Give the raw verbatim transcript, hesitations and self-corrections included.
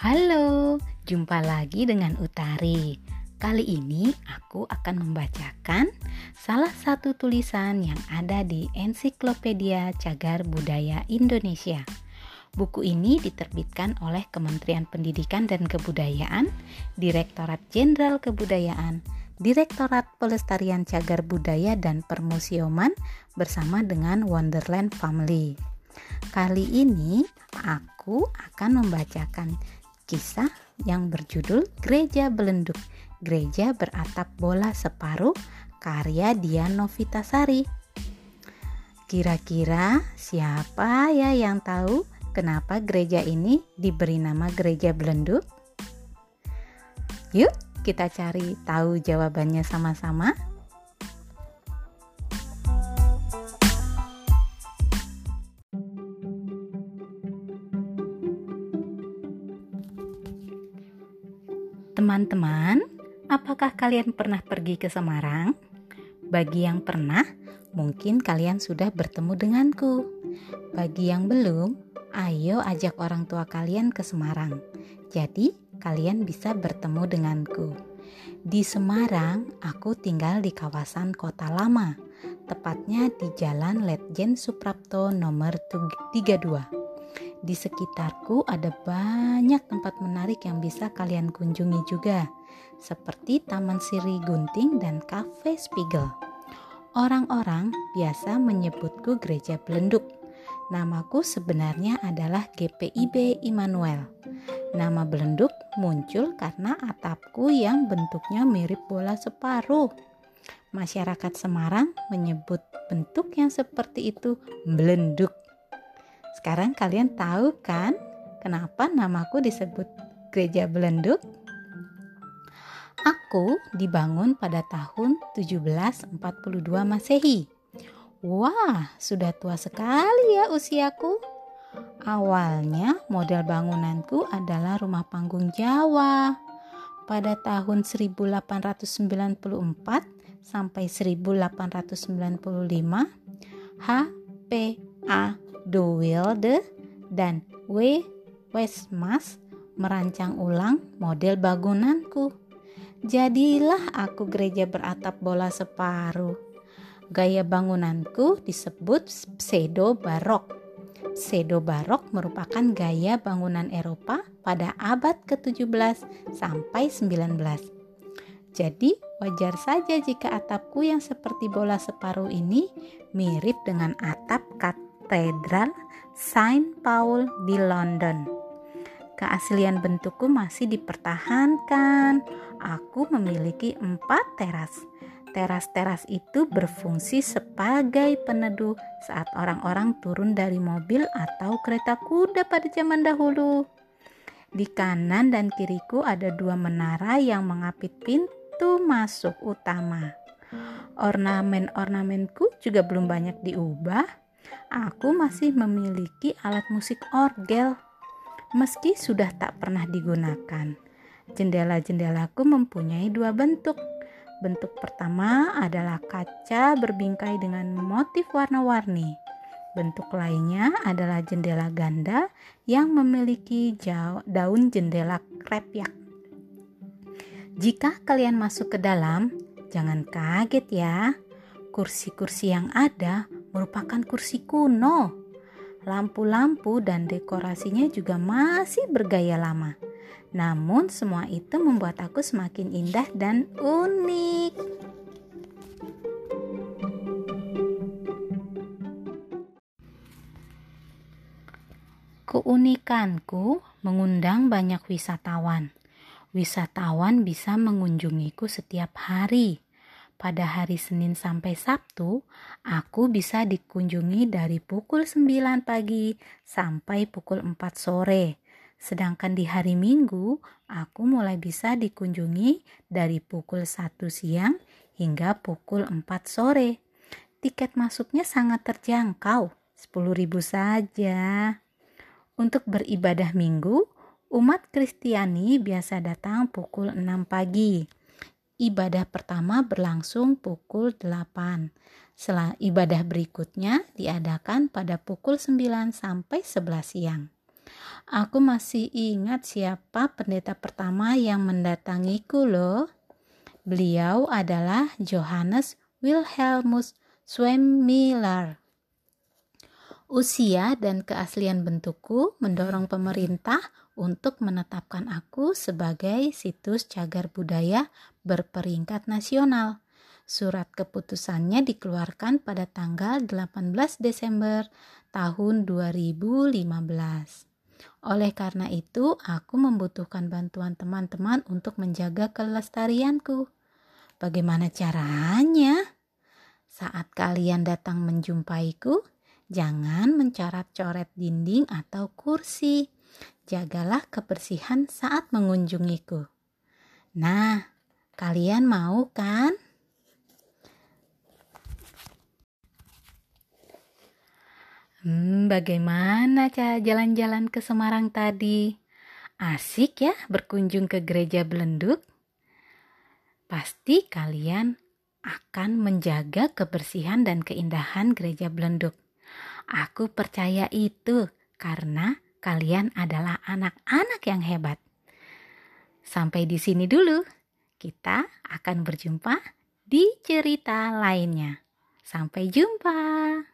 Halo, jumpa lagi dengan Utari. Kali ini aku akan membacakan salah satu tulisan yang ada di Ensiklopedia Cagar Budaya Indonesia. Buku ini diterbitkan oleh Kementerian Pendidikan dan Kebudayaan, Direktorat Jenderal Kebudayaan, Direktorat Pelestarian Cagar Budaya dan Permusiuman bersama dengan Wonderland Family. Kali ini aku akan membacakan kisah yang berjudul Gereja Belenduk, Gereja Beratap Bola Separuh, karya Dian Novitasari. Kira-kira siapa ya yang tahu kenapa gereja ini diberi nama Gereja Belenduk? Yuk kita cari tahu jawabannya sama-sama. Teman-teman, apakah kalian pernah pergi ke Semarang? Bagi yang pernah, mungkin kalian sudah bertemu denganku. Bagi yang belum, ayo ajak orang tua kalian ke Semarang. Jadi, kalian bisa bertemu denganku. Di Semarang, aku tinggal di kawasan Kota Lama, tepatnya di Jalan Letjen Suprapto nomor tiga puluh dua. Di sekitarku ada banyak tempat menarik yang bisa kalian kunjungi juga, seperti Taman Siri Gunting dan Cafe Spiegel. Orang-orang biasa menyebutku Gereja Belenduk. Namaku sebenarnya adalah G P I B Immanuel. Nama Belenduk muncul karena atapku yang bentuknya mirip bola separuh. Masyarakat Semarang menyebut bentuk yang seperti itu belenduk. Sekarang kalian tahu kan kenapa namaku disebut Gereja Belenduk? Aku dibangun pada tahun tujuh belas empat puluh dua Masehi. Wah, sudah tua sekali ya usiaku. Awalnya model bangunanku adalah rumah panggung Jawa. Pada tahun seribu delapan ratus sembilan puluh empat sampai seribu delapan ratus sembilan puluh lima, H P A De Wilde dan W. Westmas merancang ulang model bangunanku. Jadilah aku gereja beratap bola separuh. Gaya bangunanku disebut pseudo barok. Pseudo barok merupakan gaya bangunan Eropa pada abad ke tujuh belas sampai sembilan belas. Jadi wajar saja jika atapku yang seperti bola separuh ini mirip dengan atap Katedral Saint Paul di London. Keaslian bentukku masih dipertahankan. Aku memiliki empat teras. Teras-teras itu berfungsi sebagai peneduh saat orang-orang turun dari mobil atau kereta kuda pada zaman dahulu. Di kanan dan kiriku ada dua menara yang mengapit pintu masuk utama. Ornamen-ornamenku juga belum banyak diubah. Aku masih memiliki alat musik orgel, meski sudah tak pernah digunakan. Jendela-jendelaku mempunyai dua bentuk. Bentuk pertama adalah kaca berbingkai dengan motif warna-warni. Bentuk lainnya adalah jendela ganda yang memiliki daun jendela krepyak. Jika kalian masuk ke dalam, jangan kaget ya. Kursi-kursi yang ada merupakan kursi kuno. Lampu-lampu dan dekorasinya juga masih bergaya lama. Namun semua itu membuat aku semakin indah dan unik. Keunikanku mengundang banyak wisatawan. Wisatawan bisa mengunjungiku setiap hari. Pada hari Senin sampai Sabtu, aku bisa dikunjungi dari pukul sembilan pagi sampai pukul empat sore. Sedangkan di hari Minggu, aku mulai bisa dikunjungi dari pukul satu siang hingga pukul empat sore. Tiket masuknya sangat terjangkau, sepuluh ribu saja. Untuk beribadah Minggu, umat Kristiani biasa datang pukul enam pagi. Ibadah pertama berlangsung pukul delapan. Setelah ibadah berikutnya diadakan pada pukul sembilan sampai sebelas siang. Aku masih ingat siapa pendeta pertama yang mendatangiku loh. Beliau adalah Johannes Wilhelmus Zweimmiller. Usia dan keaslian bentukku mendorong pemerintah untuk menetapkan aku sebagai situs cagar budaya berperingkat nasional. Surat keputusannya dikeluarkan pada tanggal delapan belas Desember tahun dua ribu lima belas. Oleh karena itu, aku membutuhkan bantuan teman-teman untuk menjaga kelestarianku. Bagaimana caranya? Saat kalian datang menjumpaiku, jangan mencoret-coret dinding atau kursi. Jagalah kebersihan saat mengunjungiku. Nah, kalian mau kan? Hmm, bagaimana cara jalan-jalan ke Semarang tadi? Asik ya berkunjung ke gereja Belenduk? Pasti kalian akan menjaga kebersihan dan keindahan gereja Belenduk. Aku percaya itu karena kalian adalah anak-anak yang hebat. Sampai di sini dulu. Kita akan berjumpa di cerita lainnya. Sampai jumpa.